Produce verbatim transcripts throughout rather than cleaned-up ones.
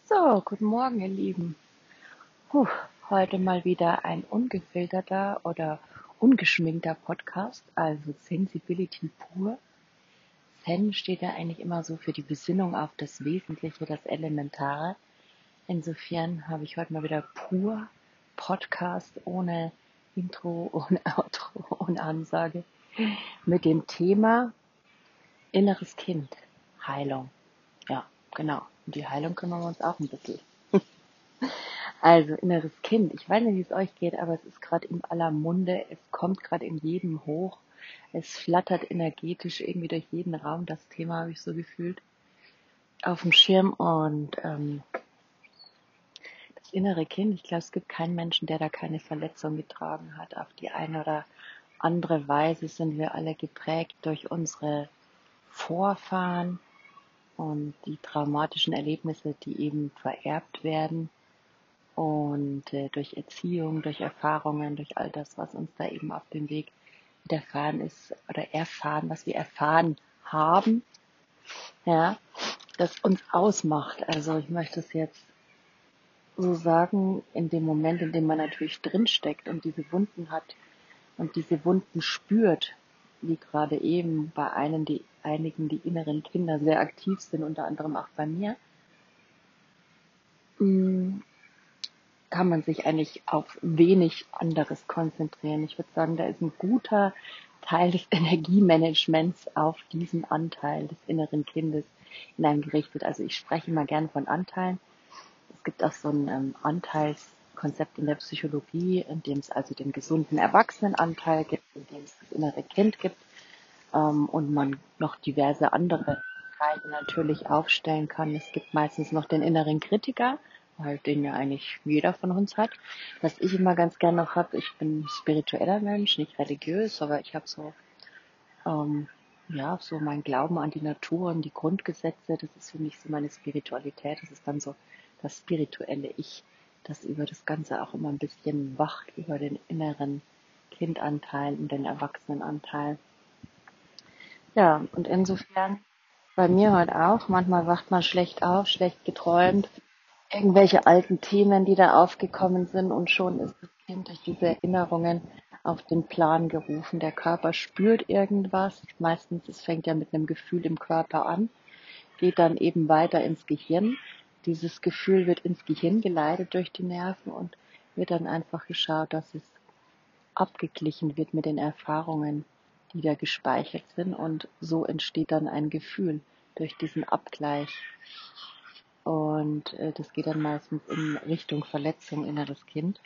So, guten Morgen, ihr Lieben. Puh, heute mal wieder ein ungefilterter oder ungeschminkter Podcast, also Sensibility pur. Zen steht ja eigentlich immer so für die Besinnung auf das Wesentliche, das Elementare. Insofern habe ich heute mal wieder pur Podcast ohne Intro, ohne Outro, ohne Ansage mit dem Thema inneres Kind, Heilung. Ja, genau. Und die Heilung kümmern wir uns auch ein bisschen. Also inneres Kind. Ich weiß nicht, wie es euch geht, aber es ist gerade in aller Munde. Es kommt gerade in jedem hoch. Es flattert energetisch irgendwie durch jeden Raum. Das Thema habe ich so gefühlt auf dem Schirm. Und ähm, das innere Kind, ich glaube, es gibt keinen Menschen, der da keine Verletzung getragen hat. Auf die eine oder andere Weise sind wir alle geprägt durch unsere Vorfahren und die traumatischen Erlebnisse, die eben vererbt werden. Und äh, durch Erziehung, durch Erfahrungen, durch all das, was uns da eben auf dem Weg widerfahren ist oder erfahren, was wir erfahren haben, ja, das uns ausmacht. Also ich möchte es jetzt so sagen, in dem Moment, in dem man natürlich drinsteckt und diese Wunden hat und diese Wunden spürt, wie gerade eben bei einen, die, einigen die inneren Kinder sehr aktiv sind, unter anderem auch bei mir, mh, kann man sich eigentlich auf wenig anderes konzentrieren. Ich würde sagen, da ist ein guter Teil des Energiemanagements auf diesen Anteil des inneren Kindes hineingerichtet. Also ich spreche immer gerne von Anteilen. Es gibt auch so ein ähm, Anteilskonzept in der Psychologie, in dem es also den gesunden Erwachsenenanteil gibt, in dem es das innere Kind gibt ähm, und man noch diverse andere Teile natürlich aufstellen kann. Es gibt meistens noch den inneren Kritiker, halt den ja eigentlich jeder von uns hat. Was ich immer ganz gerne noch habe, ich bin spiritueller Mensch, nicht religiös, aber ich habe so ähm, ja so mein Glauben an die Natur und die Grundgesetze. Das ist für mich so meine Spiritualität. Das ist dann so das spirituelle Ich, das über das Ganze auch immer ein bisschen wacht, über den inneren Kindanteil und den Erwachsenenanteil. Ja, und insofern bei mir halt auch. Manchmal wacht man schlecht auf, schlecht geträumt. Irgendwelche alten Themen, die da aufgekommen sind und schon ist das Kind durch diese Erinnerungen auf den Plan gerufen. Der Körper spürt irgendwas. Meistens, es fängt ja mit einem Gefühl im Körper an, geht dann eben weiter ins Gehirn. Dieses Gefühl wird ins Gehirn geleitet durch die Nerven und wird dann einfach geschaut, dass es abgeglichen wird mit den Erfahrungen, die da gespeichert sind. Und so entsteht dann ein Gefühl durch diesen Abgleich. Und äh, das geht dann meistens in Richtung Verletzung inneres Kind.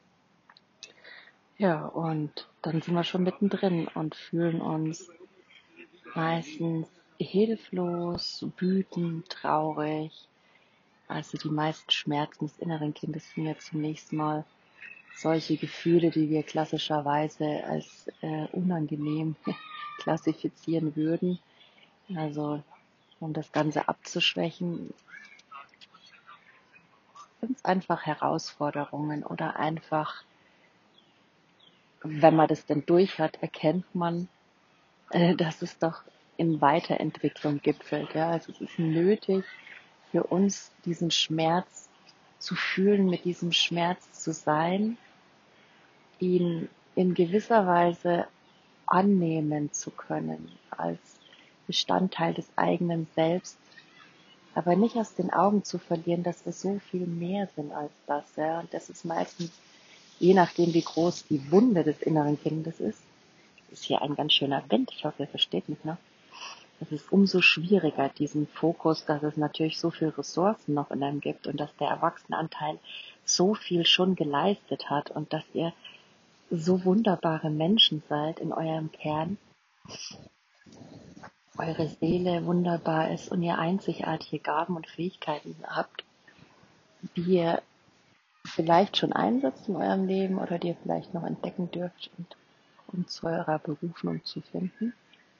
Ja, und dann sind wir schon mittendrin und fühlen uns meistens hilflos, wütend, traurig. Also die meisten Schmerzen des inneren Kindes sind ja zunächst mal solche Gefühle, die wir klassischerweise als äh, unangenehm klassifizieren würden. Also um das Ganze abzuschwächen, sind es einfach Herausforderungen oder einfach, wenn man das denn durch hat, erkennt man, äh, dass es doch in Weiterentwicklung gipfelt. Ja? Also es ist nötig für uns, diesen Schmerz zu fühlen, mit diesem Schmerz zu sein, ihn in gewisser Weise annehmen zu können als Bestandteil des eigenen Selbst, aber nicht aus den Augen zu verlieren, dass wir so viel mehr sind als das. Ja? Und das ist meistens, je nachdem wie groß die Wunde des inneren Kindes ist, ist hier ein ganz schöner Wind, ich hoffe, ihr versteht mich noch. Es ist umso schwieriger, diesen Fokus, dass es natürlich so viele Ressourcen noch in einem gibt und dass der Erwachsenenanteil so viel schon geleistet hat und dass ihr so wunderbare Menschen seid in eurem Kern, eure Seele wunderbar ist und ihr einzigartige Gaben und Fähigkeiten habt, die ihr vielleicht schon einsetzt in eurem Leben oder die ihr vielleicht noch entdecken dürft und um zu eurer Berufung zu finden.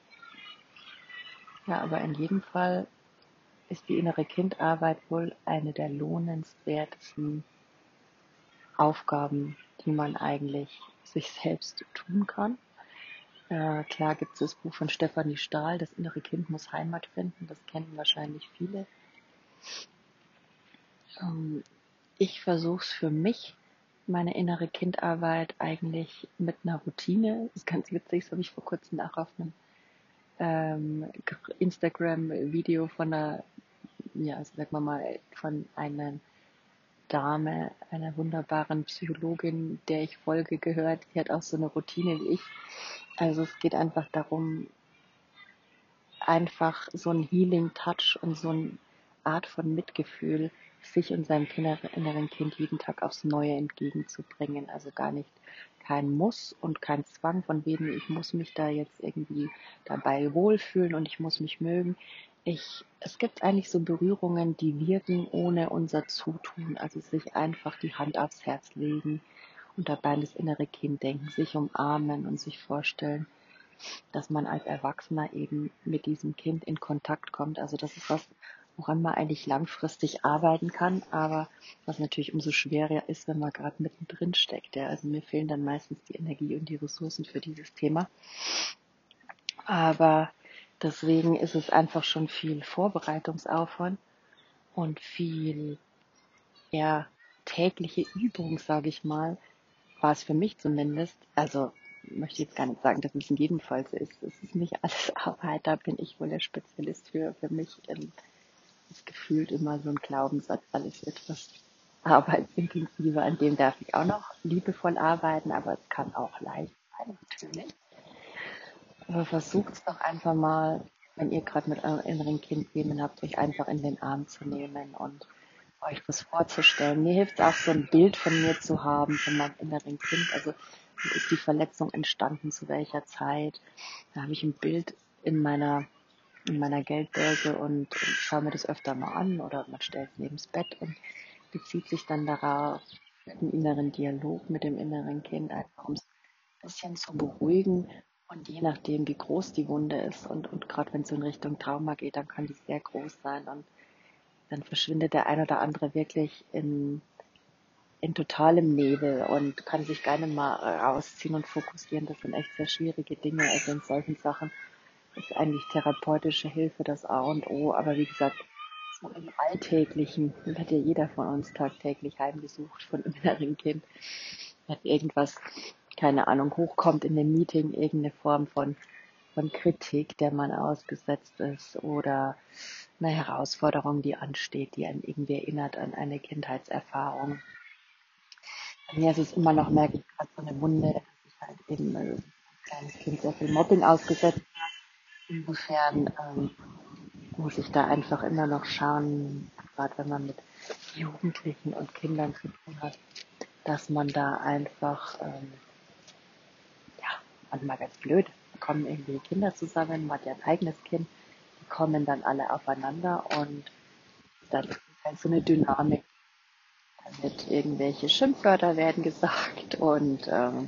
Ja, aber in jedem Fall ist die innere Kindarbeit wohl eine der lohnenswertesten Aufgaben, die man eigentlich sich selbst tun kann. Äh, klar gibt es das Buch von Stefanie Stahl, Das innere Kind muss Heimat finden. Das kennen wahrscheinlich viele. Ähm, Ich versuche es für mich, meine innere Kindarbeit eigentlich mit einer Routine. Das ist ganz witzig, das habe ich vor kurzem auch auf einem ähm, Instagram-Video von einer, ja, sagen wir mal, von einer Dame, einer wunderbaren Psychologin, der ich folge, gehört. Die hat auch so eine Routine wie ich. Also es geht einfach darum, einfach so ein Healing Touch und so eine Art von Mitgefühl sich und seinem inneren Kind jeden Tag aufs Neue entgegenzubringen. Also gar nicht kein Muss und kein Zwang von wegen, ich muss mich da jetzt irgendwie dabei wohlfühlen und ich muss mich mögen. Ich, es gibt eigentlich so Berührungen, die wirken ohne unser Zutun. Also sich einfach die Hand aufs Herz legen und dabei an das innere Kind denken, sich umarmen und sich vorstellen, dass man als Erwachsener eben mit diesem Kind in Kontakt kommt. Also das ist was, woran man eigentlich langfristig arbeiten kann, aber was natürlich umso schwerer ist, wenn man gerade mittendrin steckt. Ja. Also mir fehlen dann meistens die Energie und die Ressourcen für dieses Thema. Aber deswegen ist es einfach schon viel Vorbereitungsaufwand und viel ja, tägliche Übung, sage ich mal, war es für mich zumindest. Also möchte jetzt gar nicht sagen, dass es in jedem Fall so ist. Es ist nicht alles Arbeit, da bin ich wohl der Spezialist für. Für mich ähm, ist gefühlt immer so ein Glaubenssatz, alles etwas arbeitsintensiver, an dem darf ich auch noch liebevoll arbeiten, aber es kann auch leicht sein, natürlich. Aber versucht es doch einfach mal, wenn ihr gerade mit eurem inneren Kind Themen habt, euch einfach in den Arm zu nehmen und euch das vorzustellen. Mir hilft es auch, so ein Bild von mir zu haben, von meinem inneren Kind. Also, wie ist die Verletzung entstanden, zu welcher Zeit? Da habe ich ein Bild in meiner, in meiner Geldbörse und, und schaue mir das öfter mal an oder man stellt es neben das Bett und bezieht sich dann darauf, einen inneren Dialog mit dem inneren Kind, einfach um es ein bisschen zu beruhigen. Und je nachdem, wie groß die Wunde ist und, und gerade wenn es so in Richtung Trauma geht, dann kann die sehr groß sein und dann verschwindet der ein oder andere wirklich in, in totalem Nebel und kann sich gar nicht mal rausziehen und fokussieren. Das sind echt sehr schwierige Dinge. Also in solchen Sachen ist eigentlich therapeutische Hilfe das A und O. Aber wie gesagt, so im Alltäglichen wird ja jeder von uns tagtäglich heimgesucht von einem inneren Kind. Wenn irgendwas, keine Ahnung, hochkommt in dem Meeting, irgendeine Form von, von Kritik, der man ausgesetzt ist oder eine Herausforderung, die ansteht, die einen irgendwie erinnert an eine Kindheitserfahrung. Bei mir ist es immer noch, merke ich, gerade so eine Wunde, dass ich halt eben als kleines Kind sehr viel Mobbing ausgesetzt habe. Insofern ähm, muss ich da einfach immer noch schauen, gerade wenn man mit Jugendlichen und Kindern zu tun hat, dass man da einfach, ähm, ja, manchmal ganz blöd, da kommen irgendwie Kinder zusammen, man hat ja ein eigenes Kind, die kommen dann alle aufeinander und dann ist halt so eine Dynamik. Dann wird irgendwelche Schimpfwörter werden gesagt und ähm,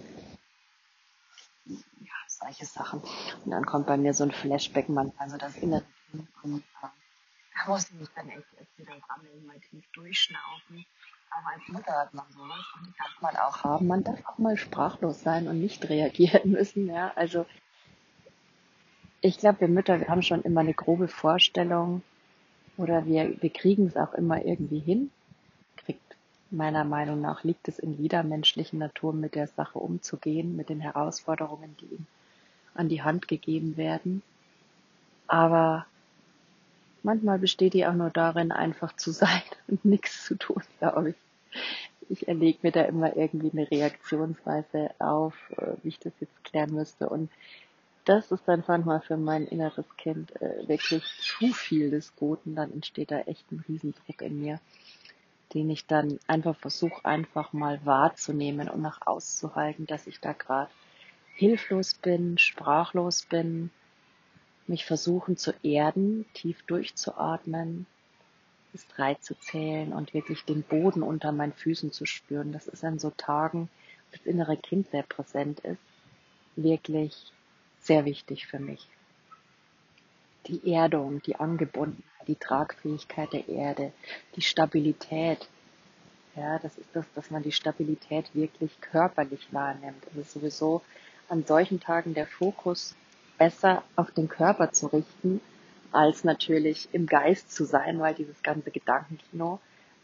ja, solche Sachen. Und dann kommt bei mir so ein Flashback manchmal, so das innere Kind und ähm, da muss ich mich dann echt erst wieder sammeln, mal tief durchschnaufen. Aber als Mutter hat man sowas und die darf man auch haben. Man darf auch mal sprachlos sein und nicht reagieren müssen. Ja, also ich glaube, wir Mütter, wir haben schon immer eine grobe Vorstellung oder wir, wir kriegen es auch immer irgendwie hin. Kriegt meiner Meinung nach liegt es in jeder menschlichen Natur, mit der Sache umzugehen, mit den Herausforderungen, die ihm an die Hand gegeben werden. Aber manchmal besteht die auch nur darin, einfach zu sein und nichts zu tun, glaube ich. Ich erlege mir da immer irgendwie eine Reaktionsweise auf, äh, wie ich das jetzt klären müsste. Und das ist dann manchmal für mein inneres Kind äh, wirklich zu viel des Guten. Dann entsteht da echt ein Riesendruck in mir, den ich dann einfach versuche, einfach mal wahrzunehmen und nach auszuhalten, dass ich da gerade hilflos bin, sprachlos bin, mich versuchen zu erden, tief durchzuatmen, bis drei zu zählen und wirklich den Boden unter meinen Füßen zu spüren. Das ist an so Tagen, wo das innere Kind sehr präsent ist, wirklich sehr wichtig für mich. Die Erdung, die Angebundenheit, die Tragfähigkeit der Erde, die Stabilität. Ja, das ist das, dass man die Stabilität wirklich körperlich wahrnimmt. Es ist sowieso an solchen Tagen der Fokus besser auf den Körper zu richten, als natürlich im Geist zu sein, weil dieses ganze Gedankenkino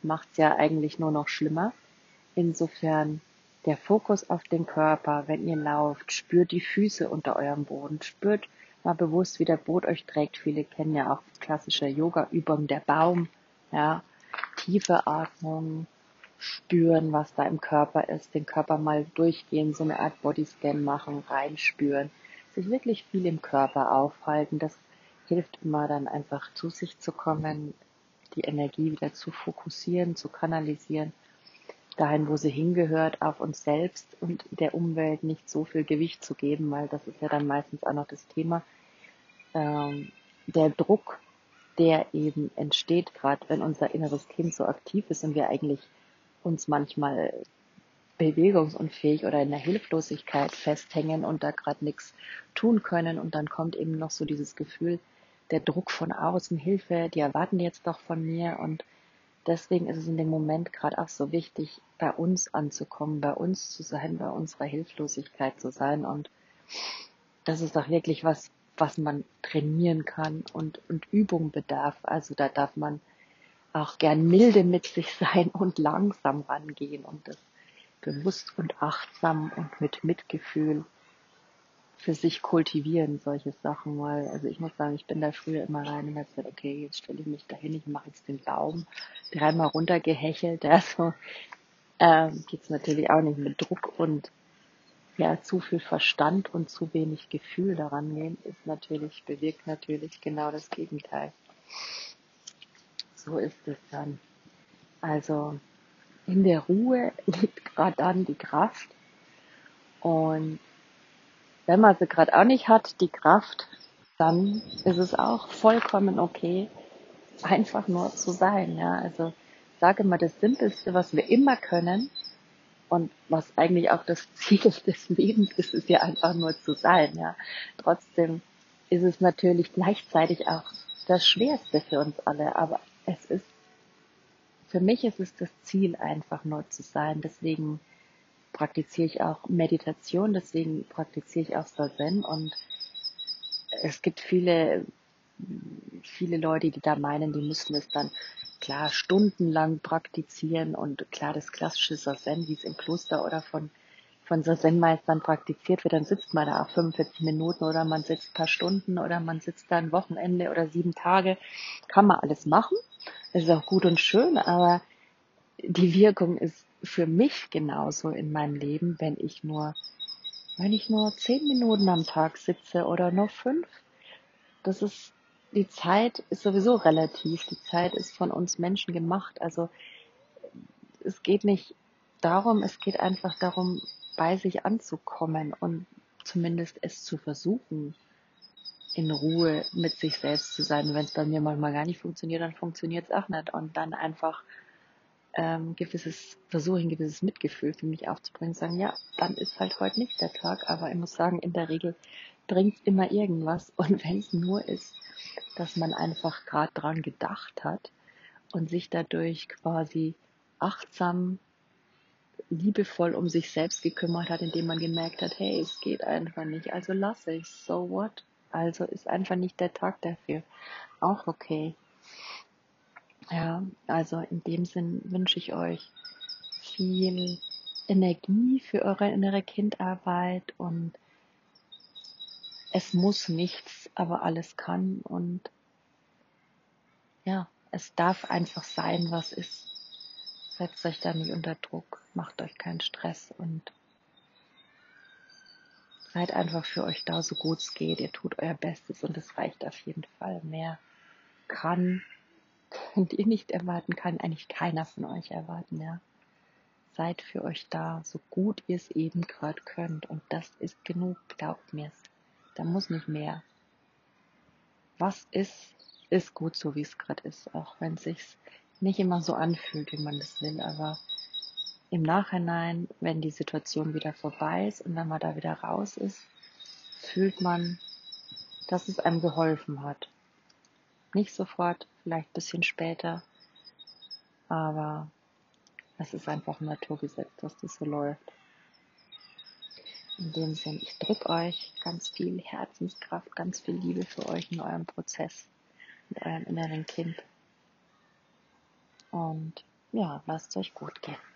macht es ja eigentlich nur noch schlimmer. Insofern der Fokus auf den Körper, wenn ihr lauft, spürt die Füße unter eurem Boden, spürt mal bewusst, wie der Boot euch trägt. Viele kennen ja auch klassische Yoga-Übungen, der Baum, ja, tiefe Atmung, spüren, was da im Körper ist, den Körper mal durchgehen, so eine Art Bodyscan machen, reinspüren, sich wirklich viel im Körper aufhalten. Das hilft immer dann einfach zu sich zu kommen, die Energie wieder zu fokussieren, zu kanalisieren, dahin, wo sie hingehört, auf uns selbst und der Umwelt nicht so viel Gewicht zu geben, weil das ist ja dann meistens auch noch das Thema. Ähm, der Druck, der eben entsteht, gerade wenn unser inneres Kind so aktiv ist und wir eigentlich uns manchmal bewegungsunfähig oder in der Hilflosigkeit festhängen und da gerade nichts tun können und dann kommt eben noch so dieses Gefühl, der Druck von außen, Hilfe, die erwarten jetzt doch von mir und deswegen ist es in dem Moment gerade auch so wichtig, bei uns anzukommen, bei uns zu sein, bei unserer Hilflosigkeit zu sein und das ist doch wirklich was, was man trainieren kann und, und Übung bedarf. Also da darf man auch gern milde mit sich sein und langsam rangehen und das bewusst und achtsam und mit Mitgefühl für sich kultivieren, solche Sachen mal. Also ich muss sagen, ich bin da früher immer rein und habe gesagt, okay, jetzt stelle ich mich dahin, ich mache jetzt den Baum, dreimal runtergehechelt, also ähm, geht's natürlich auch nicht mit Druck und ja, zu viel Verstand und zu wenig Gefühl daran gehen, ist natürlich, bewirkt natürlich genau das Gegenteil. So ist es dann. Also in der Ruhe liegt gerade dann die Kraft und wenn man sie gerade auch nicht hat, die Kraft, dann ist es auch vollkommen okay, einfach nur zu sein. Ja? Also ich sage immer, das Simpelste, was wir immer können und was eigentlich auch das Ziel des Lebens ist, ist ja einfach nur zu sein. Ja? Trotzdem ist es natürlich gleichzeitig auch das Schwerste für uns alle, aber es ist, für mich ist es das Ziel, einfach nur zu sein. Deswegen praktiziere ich auch Meditation, deswegen praktiziere ich auch Zazen und es gibt viele, viele Leute, die da meinen, die müssen es dann klar stundenlang praktizieren und klar das klassische Zazen, wie es im Kloster oder von, von Zazen-Meistern praktiziert wird, dann sitzt man da auch fünfundvierzig Minuten oder man sitzt ein paar Stunden oder man sitzt da ein Wochenende oder sieben Tage. Kann man alles machen. Das ist auch gut und schön, aber die Wirkung ist für mich genauso in meinem Leben, wenn ich nur, wenn ich nur zehn Minuten am Tag sitze oder nur fünf. Das ist, die Zeit ist sowieso relativ. Die Zeit ist von uns Menschen gemacht. Also es geht nicht darum, es geht einfach darum, bei sich anzukommen und zumindest es zu versuchen, in Ruhe mit sich selbst zu sein. Wenn es bei mir manchmal gar nicht funktioniert, dann funktioniert es auch nicht. Und dann einfach ähm, gewisses, versuche ein gewisses Mitgefühl für mich aufzubringen, sagen, ja, dann ist halt heute nicht der Tag, aber ich muss sagen, in der Regel bringt es immer irgendwas und wenn es nur ist, dass man einfach gerade dran gedacht hat und sich dadurch quasi achtsam, liebevoll um sich selbst gekümmert hat, indem man gemerkt hat, hey, es geht einfach nicht, also lasse ich, so what? Also ist einfach nicht der Tag dafür. Auch okay. Ja, also in dem Sinn wünsche ich euch viel Energie für eure innere Kindarbeit und es muss nichts, aber alles kann und ja, es darf einfach sein, was ist. Setzt euch da nicht unter Druck, macht euch keinen Stress und seid einfach für euch da, so gut es geht. Ihr tut euer Bestes und es reicht auf jeden Fall. Mehr kann, könnt ihr nicht erwarten, kann eigentlich keiner von euch erwarten, ja. Seid für euch da, so gut ihr es eben gerade könnt. Und das ist genug, glaubt mir's. Da muss nicht mehr. Was ist, ist gut so, wie es gerade ist. Auch wenn es sich nicht immer so anfühlt, wie man das will. Aber im Nachhinein, wenn die Situation wieder vorbei ist und wenn man da wieder raus ist, fühlt man, dass es einem geholfen hat. Nicht sofort, vielleicht ein bisschen später. Aber es ist einfach ein Naturgesetz, dass das so läuft. In dem Sinn, ich drücke euch ganz viel Herzenskraft, ganz viel Liebe für euch in eurem Prozess, mit eurem inneren Kind. Und ja, lasst es euch gut gehen.